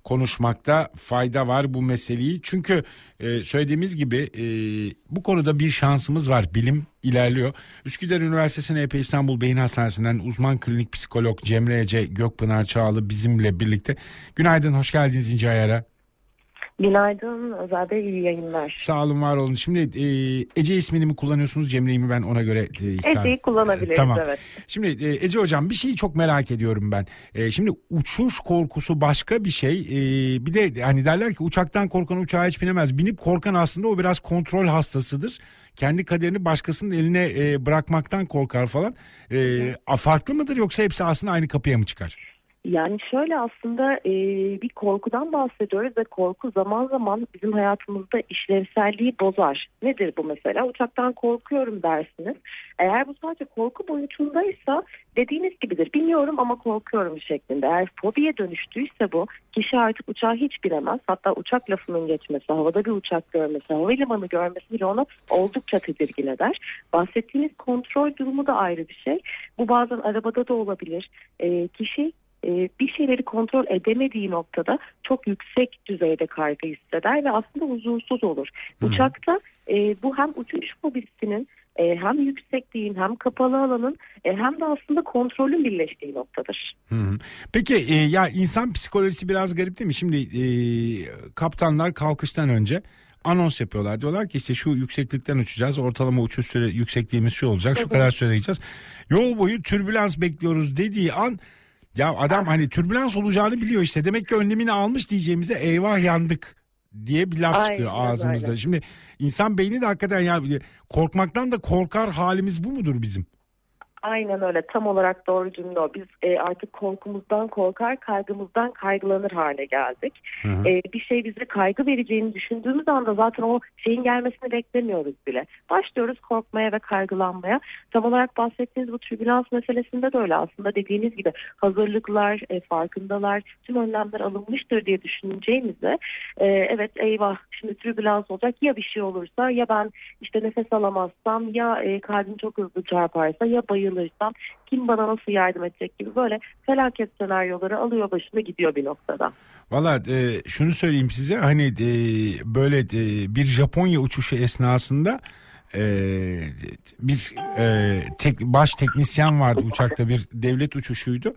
konuşmakta fayda var bu meseleyi. Çünkü söylediğimiz gibi bu konuda bir şansımız var. Bilim ilerliyor. Üsküdar Üniversitesi NP İstanbul Beyin Hastanesi'nden uzman klinik psikolog Cemre Ece Gökpınar Çağlı bizimle birlikte. Günaydın, hoş geldiniz İnce Ayar'a. Günaydın Özel Bey, iyi yayınlar. Sağ olun, var olun. Şimdi Ece ismini mi kullanıyorsunuz, Cemre'yi mi? Ben ona göre... Ece'yi kullanabiliriz, tamam. Evet. Şimdi Ece Hocam, bir şeyi çok merak ediyorum ben. Şimdi uçuş korkusu başka bir şey. Bir de hani derler ki uçaktan korkan uçağa hiç binemez. Binip korkan aslında o biraz kontrol hastasıdır. Kendi kaderini başkasının eline bırakmaktan korkar falan. Farklı mıdır, yoksa hepsi aslında aynı kapıya mı çıkar? Yani şöyle, aslında bir korkudan bahsediyoruz ve korku zaman zaman bizim hayatımızda işlevselliği bozar. Nedir bu mesela? Uçaktan korkuyorum dersiniz. Eğer bu sadece korku boyutundaysa dediğiniz gibidir. Bilmiyorum ama korkuyorum şeklinde. Eğer fobiye dönüştüyse bu, kişi artık uçağa hiç binemez. Hatta uçak lafının geçmesi, havada bir uçak görmesi, havalimanı görmesi bile onu oldukça tedirgin eder. Bahsettiğiniz kontrol durumu da ayrı bir şey. Bu bazen arabada da olabilir. Kişi bir şeyleri kontrol edemediği noktada çok yüksek düzeyde kaygı hisseder ve aslında huzursuz olur. Uçakta bu hem uçuş fobisinin hem yüksekliğin hem kapalı alanın hem de aslında kontrolün birleştiği noktadır. Peki ya insan psikolojisi biraz garip değil mi? Şimdi kaptanlar kalkıştan önce anons yapıyorlar. Diyorlar ki işte şu yükseklikten uçacağız. Ortalama uçuş süre yüksekliğimiz şu olacak. Şu kadar süre gideceğiz. Yol boyu türbülans bekliyoruz dediği an, ya adam hani türbülans olacağını biliyor işte. Demek ki önlemini almış diyeceğimize eyvah yandık diye bir laf çıkıyor ağzımızda. Öyle. Şimdi insan beyni de hakikaten ya korkmaktan da korkar halimiz bu mudur bizim? Aynen öyle. Tam olarak doğru cümle o. Biz artık korkumuzdan korkar, kaygımızdan kaygılanır hale geldik. Bir şey bize kaygı vereceğini düşündüğümüz anda zaten o şeyin gelmesini beklemiyoruz bile. Başlıyoruz korkmaya ve kaygılanmaya. Tam olarak bahsettiğiniz bu türbülans meselesinde de öyle aslında. Dediğiniz gibi hazırlıklar, farkındalar, tüm önlemler alınmıştır diye düşüneceğimizde evet eyvah şimdi türbülans olacak, ya bir şey olursa, ya ben işte nefes alamazsam, ya kalbim çok hızlı çarparsa, ya bayılırsam kim bana nasıl yardım edecek gibi böyle felaket senaryoları alıyor başına gidiyor bir noktada. Valla şunu söyleyeyim size, hani böyle bir Japonya uçuşu esnasında bir baş teknisyen vardı uçakta, bir devlet uçuşuydu.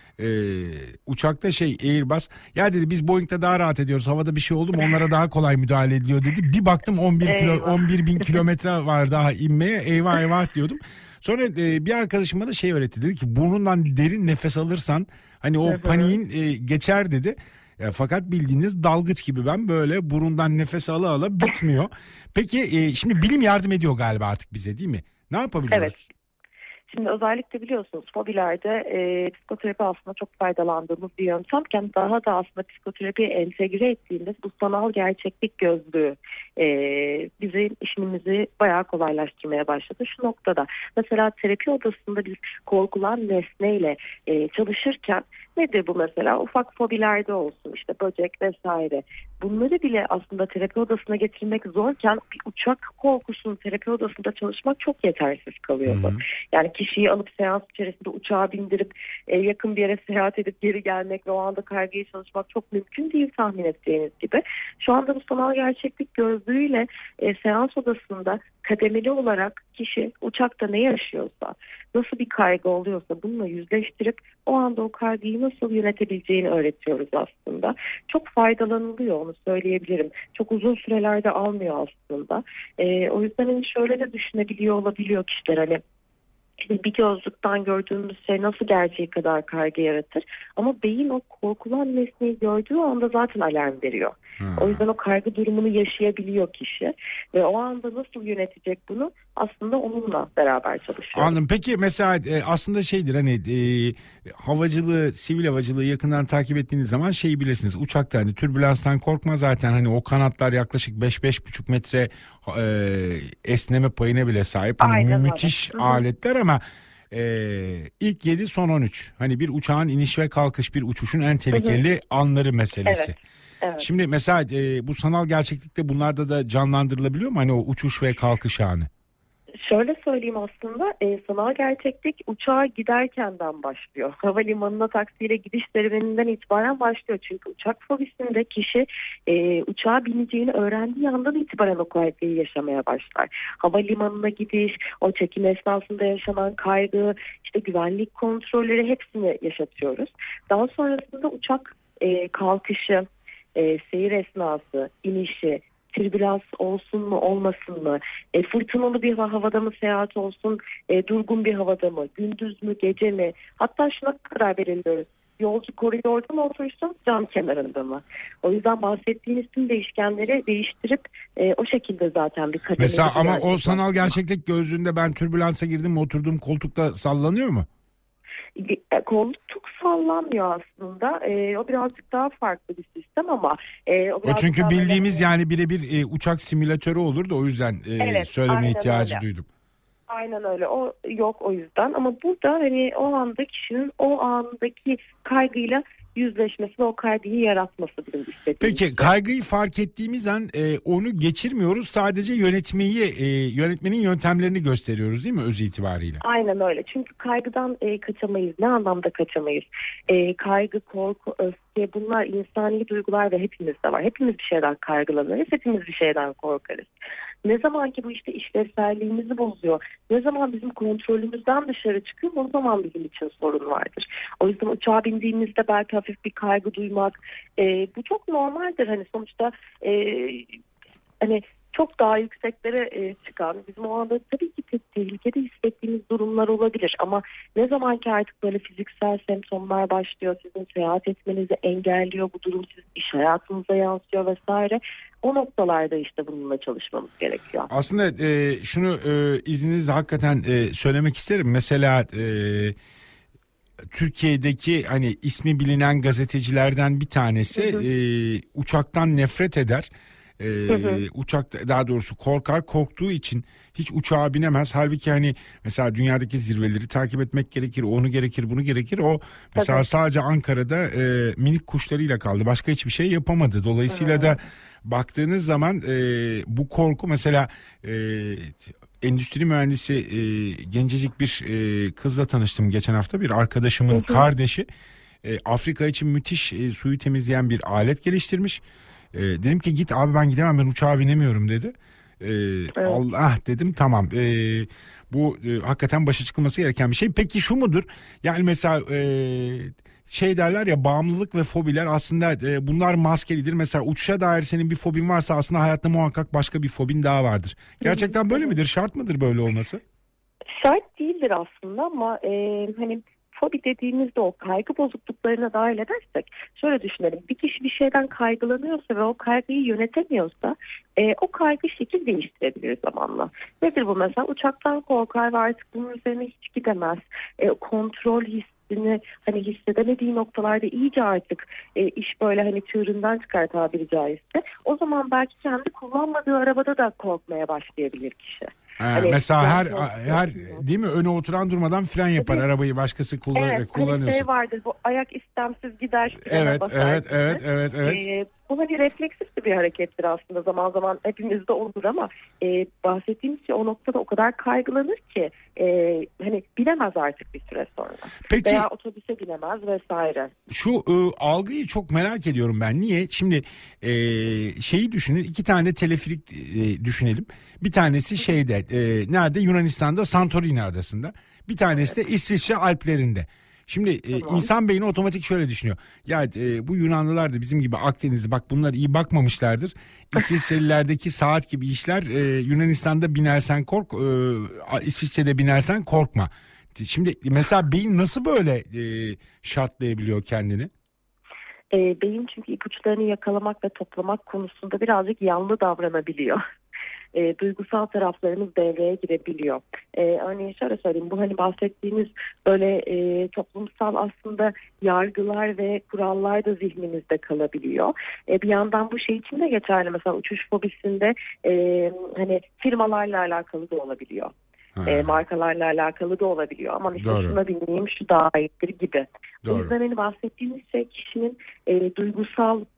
Uçakta Airbus, ya dedi biz Boeing'de daha rahat ediyoruz, havada bir şey oldu mu onlara daha kolay müdahale ediliyor dedi. Bir baktım 11 bin kilometre var daha inmeye, eyvah eyvah diyordum. Sonra bir arkadaşım bana öğretti, dedi ki burnundan derin nefes alırsan hani o paniğin geçer dedi. Fakat bildiğiniz dalgıç gibi ben böyle burundan nefes ala bitmiyor. Peki şimdi bilim yardım ediyor galiba artık bize, değil mi? Ne yapabiliyoruz? Evet. Şimdi özellikle biliyorsunuz fobilerde psikoterapi aslında çok faydalandığımız bir yöntemken daha da aslında psikoterapiye entegre ettiğimiz bu sanal gerçeklik gözlüğü bizim işimizi bayağı kolaylaştırmaya başladı. Şu noktada mesela terapi odasında biz korkulan nesneyle çalışırken nedir bu mesela? Ufak fobilerde olsun, işte böcek vesaire. Bunları bile aslında terapi odasına getirmek zorken bir uçak korkusunu terapi odasında çalışmak çok yetersiz kalıyordu. Yani kişiyi alıp seans içerisinde uçağa bindirip yakın bir yere seyahat edip geri gelmek ve o anda kaygıyı çalışmak çok mümkün değil tahmin ettiğiniz gibi. Şu anda bu sanal gerçeklik gözlüğüyle seans odasında kademeli olarak kişi uçakta ne yaşıyorsa, nasıl bir kaygı oluyorsa bununla yüzleştirip o anda o kaygıyı nasıl yönetebileceğini öğretiyoruz aslında. Çok faydalanılıyor, onu söyleyebilirim. Çok uzun sürelerde almıyor aslında. O yüzden hani şöyle de düşünebiliyor olabiliyor kişiler, hani bir gözlükten gördüğümüz şey nasıl gerçeği kadar kaygı yaratır? Ama beyin o korkulan nesneyi gördüğü anda zaten alarm veriyor. O yüzden o kaygı durumunu yaşayabiliyor kişi. Ve o anda nasıl yönetecek bunu aslında onunla beraber çalışıyor. Anladım. Peki mesela aslında hani havacılığı, sivil havacılığı yakından takip ettiğiniz zaman bilirsiniz. Uçakta hani türbülanstan korkma zaten, hani o kanatlar yaklaşık 5-5,5 metre esneme payına bile sahip. Hani müthiş aletler ama ilk 7 son 13. Hani bir uçağın iniş ve kalkış, bir uçuşun en tehlikeli anları meselesi. Evet. Evet. Şimdi mesela bu sanal gerçeklikte bunlarda da canlandırılabiliyor mu hani o uçuş ve kalkış anı? Şöyle söyleyeyim aslında sanal gerçeklik uçağa giderkenden başlıyor. Havalimanına taksiyle gidiş serüveninden itibaren başlıyor. Çünkü uçak fobisinde kişi uçağa bineceğini öğrendiği andan itibaren o kaygıyı yaşamaya başlar. Havalimanına gidiş, o çekim esnasında yaşanan kaygı, işte güvenlik kontrolleri hepsini yaşatıyoruz. Daha sonrasında uçak kalkışı, seyir esnası, inişi, türbülans olsun mu olmasın mı, fırtınalı bir havada mı seyahat olsun, durgun bir havada mı, gündüz mü gece mi, hatta şuna kadar belirliyoruz. Yolcu koridorda mı otursun, cam kenarında mı? O yüzden bahsettiğiniz tüm değişkenleri değiştirip o şekilde zaten bir kademeli. Mesela ama o sanal gerçeklik gözlüğünde ben türbülansa girdim mi, oturduğum koltukta sallanıyor mu? Koltuk sallanmıyor aslında. O birazcık daha farklı bir sistem ama O çünkü bildiğimiz yani birebir uçak simülatörü olur da o yüzden evet, söyleme ihtiyacı duydum. Aynen öyle. O yok o yüzden. Ama burada hani o anda kişinin o andaki kaygıyla yüzleşmesi ve o kaygıyı yaratması bizim istediğimiz. Peki kaygıyı fark ettiğimiz an onu geçirmiyoruz. Sadece yönetmenin yöntemlerini gösteriyoruz değil mi öz itibariyle? Aynen öyle. Çünkü kaygıdan kaçamayız. Ne anlamda kaçamayız? Kaygı, korku, öfke bunlar insani duygular ve hepimizde var. Hepimiz bir şeyden kaygılanırız. Hepimiz bir şeyden korkarız. Ne zaman ki bu işte işlevselliğimizi bozuyor, ne zaman bizim kontrolümüzden dışarı çıkıyor, o zaman bizim için sorun vardır. O yüzden uçağa bindiğimizde belki hafif bir kaygı duymak, bu çok normaldir. Hani sonuçta hani çok daha yükseklere çıkan, bizim o anda tabii ki tehlikede hissettiğimiz durumlar olabilir. Ama ne zaman ki artık böyle fiziksel semptomlar başlıyor, sizin seyahat etmenizi engelliyor, bu durum sizin iş hayatınıza yansıyor vesaire. O noktalarda işte bununla çalışmamız gerekiyor. Aslında şunu izninizle hakikaten söylemek isterim. Mesela Türkiye'deki hani ismi bilinen gazetecilerden bir tanesi uçaktan nefret eder. Uçak daha doğrusu korktuğu için hiç uçağa binemez. Halbuki hani mesela dünyadaki zirveleri takip etmek gerekir, onu gerekir, bunu gerekir. O mesela sadece Ankara'da minik kuşlarıyla kaldı. Başka hiçbir şey yapamadı. Dolayısıyla da baktığınız zaman bu korku mesela endüstri mühendisi gencecik bir kızla tanıştım geçen hafta. Bir arkadaşımın kardeşi Afrika için müthiş suyu temizleyen bir alet geliştirmiş. Dedim ki git abi ben gidemem, ben uçağa binemiyorum dedi. Evet. Allah dedim tamam, bu hakikaten başa çıkılması gereken bir şey. Peki şu mudur? Yani mesela şey derler ya, bağımlılık ve fobiler aslında bunlar maskelidir. Mesela uçuşa dair senin bir fobin varsa aslında hayatta muhakkak başka bir fobin daha vardır. Gerçekten böyle midir? Şart mıdır böyle olması? Şart değildir aslında ama hani fobi dediğimizde o kaygı bozukluklarına dahil edersek şöyle düşünelim. Bir kişi bir şeyden kaygılanıyorsa ve o kaygıyı yönetemiyorsa o kaygı şekil değiştirebilir zamanla. Nedir bu mesela? Uçaktan korkar ve artık bunun üzerine hiç gidemez. Kontrol hissini hani hissedemediği noktalarda iyice artık iş böyle hani çığırından çıkar tabiri caizse. O zaman belki kendi kullanmadığı arabada da korkmaya başlayabilir kişi. Hani mesela her değil mi, öne oturan durmadan fren yapar, arabayı başkası kullanıyorsun. Hani şey vardır, bu ayak istemsiz gider. Evet. Bu hani refleksif bir harekettir aslında, zaman zaman hepimizde olur ama bahsettiğimiz şey o noktada o kadar kaygılanır ki hani binemez artık bir süre sonra. Peki, veya otobüse binemez vesaire. Şu algıyı çok merak ediyorum ben. Niye? Şimdi şeyi düşünün, iki tane teleferik düşünelim. Bir tanesi şeyde nerede? Yunanistan'da Santorini adasında. Bir tanesi de İsviçre Alplerinde. Şimdi insan beyni otomatik şöyle düşünüyor. Ya bu Yunanlılar da bizim gibi Akdeniz'i, bak bunlar iyi bakmamışlardır. İsviçrelilerdeki saat gibi işler, Yunanistan'da binersen kork, İsviçre'de binersen korkma. Şimdi mesela beyin nasıl böyle şartlayabiliyor kendini? Beyin çünkü ipuçlarını yakalamak ve toplamak konusunda birazcık yanlı davranabiliyor. Duygusal taraflarımız devreye girebiliyor. Örneğin şöyle söyleyeyim, bu hani bahsettiğimiz böyle toplumsal aslında yargılar ve kurallar da zihnimizde kalabiliyor. Bir yandan bu şey için de geçerli, mesela uçuş fobisinde hani firmalarla alakalı da olabiliyor. Markalarla alakalı da olabiliyor. Aman işte şuna bineyim, şu daha iyidir gibi. Doğru. O yüzden hani bahsettiğimiz şey kişinin duygusal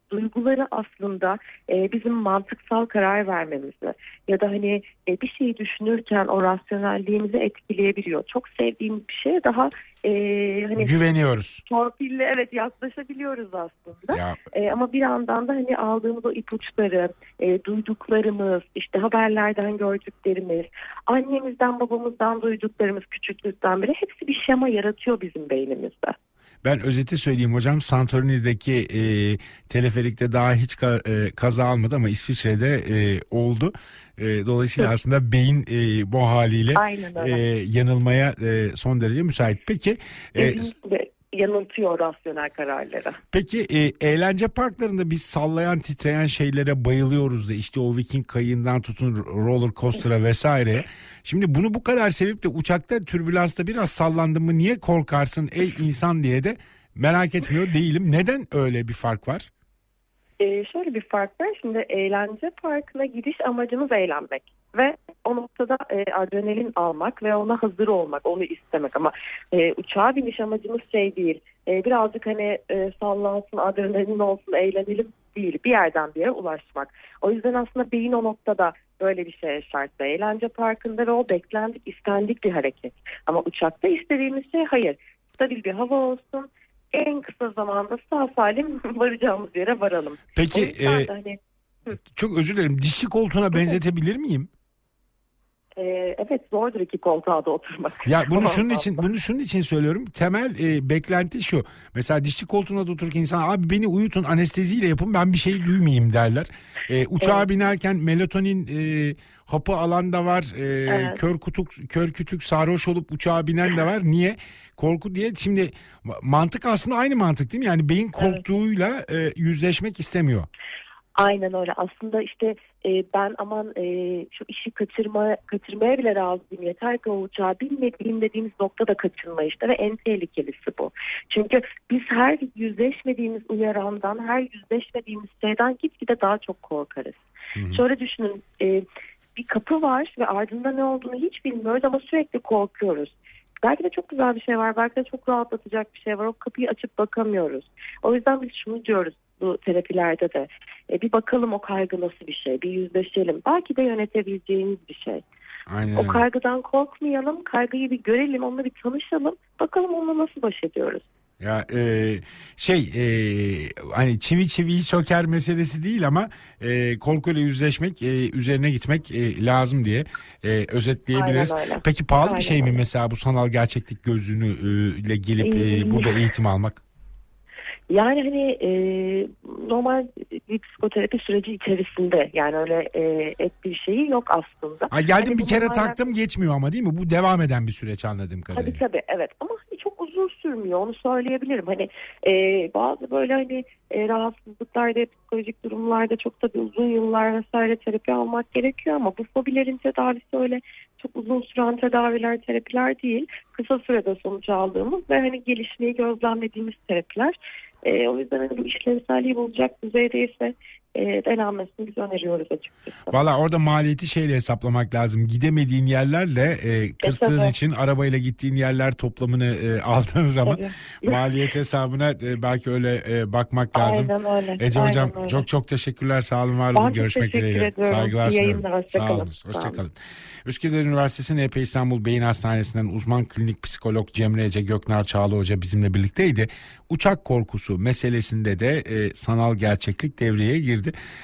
duyguları aslında bizim mantıksal karar vermemizi ya da hani bir şeyi düşünürken o rasyonelliğimizi etkileyebiliyor. Çok sevdiğimiz bir şeye daha hani Güveniyoruz. torpille evet yaklaşabiliyoruz aslında. Ya, Ama bir yandan da hani aldığımız o ipuçları, duyduklarımız, işte haberlerden gördüklerimiz, annemizden babamızdan duyduklarımız küçüklükten beri hepsi bir şema yaratıyor bizim beynimizde. ben özeti söyleyeyim hocam. Santorini'deki teleferikte daha hiç kaza almadı ama İsviçre'de oldu. Dolayısıyla aslında beyin bu haliyle Aynen öyle. yanılmaya son derece müsait. Peki Dediğim gibi yanıltıyor rasyonel kararları. peki eğlence parklarında biz sallayan titreyen şeylere bayılıyoruz da işte o Viking kayığından tutun roller coaster'a vesaire. Şimdi bunu bu kadar sevip de uçakta türbülansta biraz sallandın mı niye korkarsın ey insan diye de merak etmiyor değilim. Neden öyle bir fark var? Şöyle bir fark var. Şimdi eğlence parkına gidiş amacımız eğlenmek. Ve o noktada adrenalin almak ve ona hazır olmak, onu istemek. Ama uçağa biniş amacımız şey değil. Birazcık hani sallansın, adrenalin olsun, eğlenelim değil. Bir yerden bir yere ulaşmak. O yüzden aslında beyin o noktada böyle bir şeye şartlı. Eğlence parkında ve o beklendik, istendik bir hareket. Ama uçakta istediğimiz şey hayır. Stabil bir hava olsun. En kısa zamanda sağ salim varacağımız yere varalım. Peki Hani, çok özür dilerim, dişçi koltuğuna benzetebilir miyim? evet zordur iki koltuğa da oturmak. Ya bunu şunun için söylüyorum. Temel beklenti şu. Mesela dişçi koltuğuna da otururken insan abi beni uyutun anesteziyle yapın ben bir şey duymayayım derler. Uçağa Evet. binerken melatonin hapı alan da var. Evet. Kör kütük sarhoş olup uçağa binen de var. Niye? Korku diye. Şimdi mantık aslında aynı mantık değil mi? Yani beyin korktuğuyla yüzleşmek istemiyor. Aynen öyle. Aslında işte ben aman şu işi kaçırmaya bile razıyım. Yeter ki o uçağa binmediğim dediğimiz nokta da kaçınma işte ve en tehlikelisi bu. Çünkü biz her yüzleşmediğimiz uyarandan, her yüzleşmediğimiz şeyden gitgide daha çok korkarız. Hı-hı. Şöyle düşünün, bir kapı var ve ardında ne olduğunu hiç bilmiyoruz ama sürekli korkuyoruz. Belki de çok güzel bir şey var, belki de çok rahatlatacak bir şey var. O kapıyı açıp bakamıyoruz. O yüzden biz şunu diyoruz bu terapilerde de. Bir bakalım o kaygı nasıl bir şey, bir yüzleşelim. Belki de yönetebileceğimiz bir şey. Aynen O öyle. kaygıdan korkmayalım, kaygıyı bir görelim, onunla bir tanışalım. Bakalım onunla nasıl baş ediyoruz. Ya hani çivi çiviyi söker meselesi değil ama korkuyla yüzleşmek üzerine gitmek lazım diye özetleyebiliriz. Aynen öyle. Peki pahalı bir Aynen şey mi öyle. mesela bu sanal gerçeklik gözlüğünü ile gelip burada eğitim almak? Yani hani normal bir psikoterapi süreci içerisinde yani öyle ek bir şeyi yok aslında. Ha, geldim Hani bir kere bununla taktım geçmiyor ama değil mi? Bu devam eden bir süreç anladığım kadarıyla. tabii evet ama hani çok uzun sürmüyor onu söyleyebilirim. Hani bazı böyle hani rahatsızlıklarda, psikolojik durumlarda çok tabii uzun yıllar vesaire terapi almak gerekiyor ama bu fobilerin tedavisi öyle çok uzun süren tedaviler, terapiler değil. Kısa sürede sonuç aldığımız ve hani gelişmeyi gözlemlediğimiz terapiler. O yüzden hani bu işlevselliği bulacak düzeydeyse denenmesini biz öneriyoruz açıkçası. Valla orada maliyeti şeyle hesaplamak lazım. Gidemediğin yerlerle kırstığın tabii. için arabayla gittiğin yerler toplamını aldığın zaman Tabii. maliyet hesabına belki öyle bakmak lazım. Aynen öyle. Ece hocam Aynen öyle. çok teşekkürler. Sağ olun, var Ben olun. çok Görüşmek teşekkür dileğiyle. ediyorum. Saygılar İyi sunuyorum. yayınlar. Sağ Hoşça olun. kalın. Hoşça kalın. Üsküdar Üniversitesi'nin EP İstanbul Beyin Hastanesi'nden uzman klinik psikolog Cemre Ece Göknar Çağlı Hoca bizimle birlikteydi. Uçak korkusu meselesinde de sanal gerçeklik devreye girdi.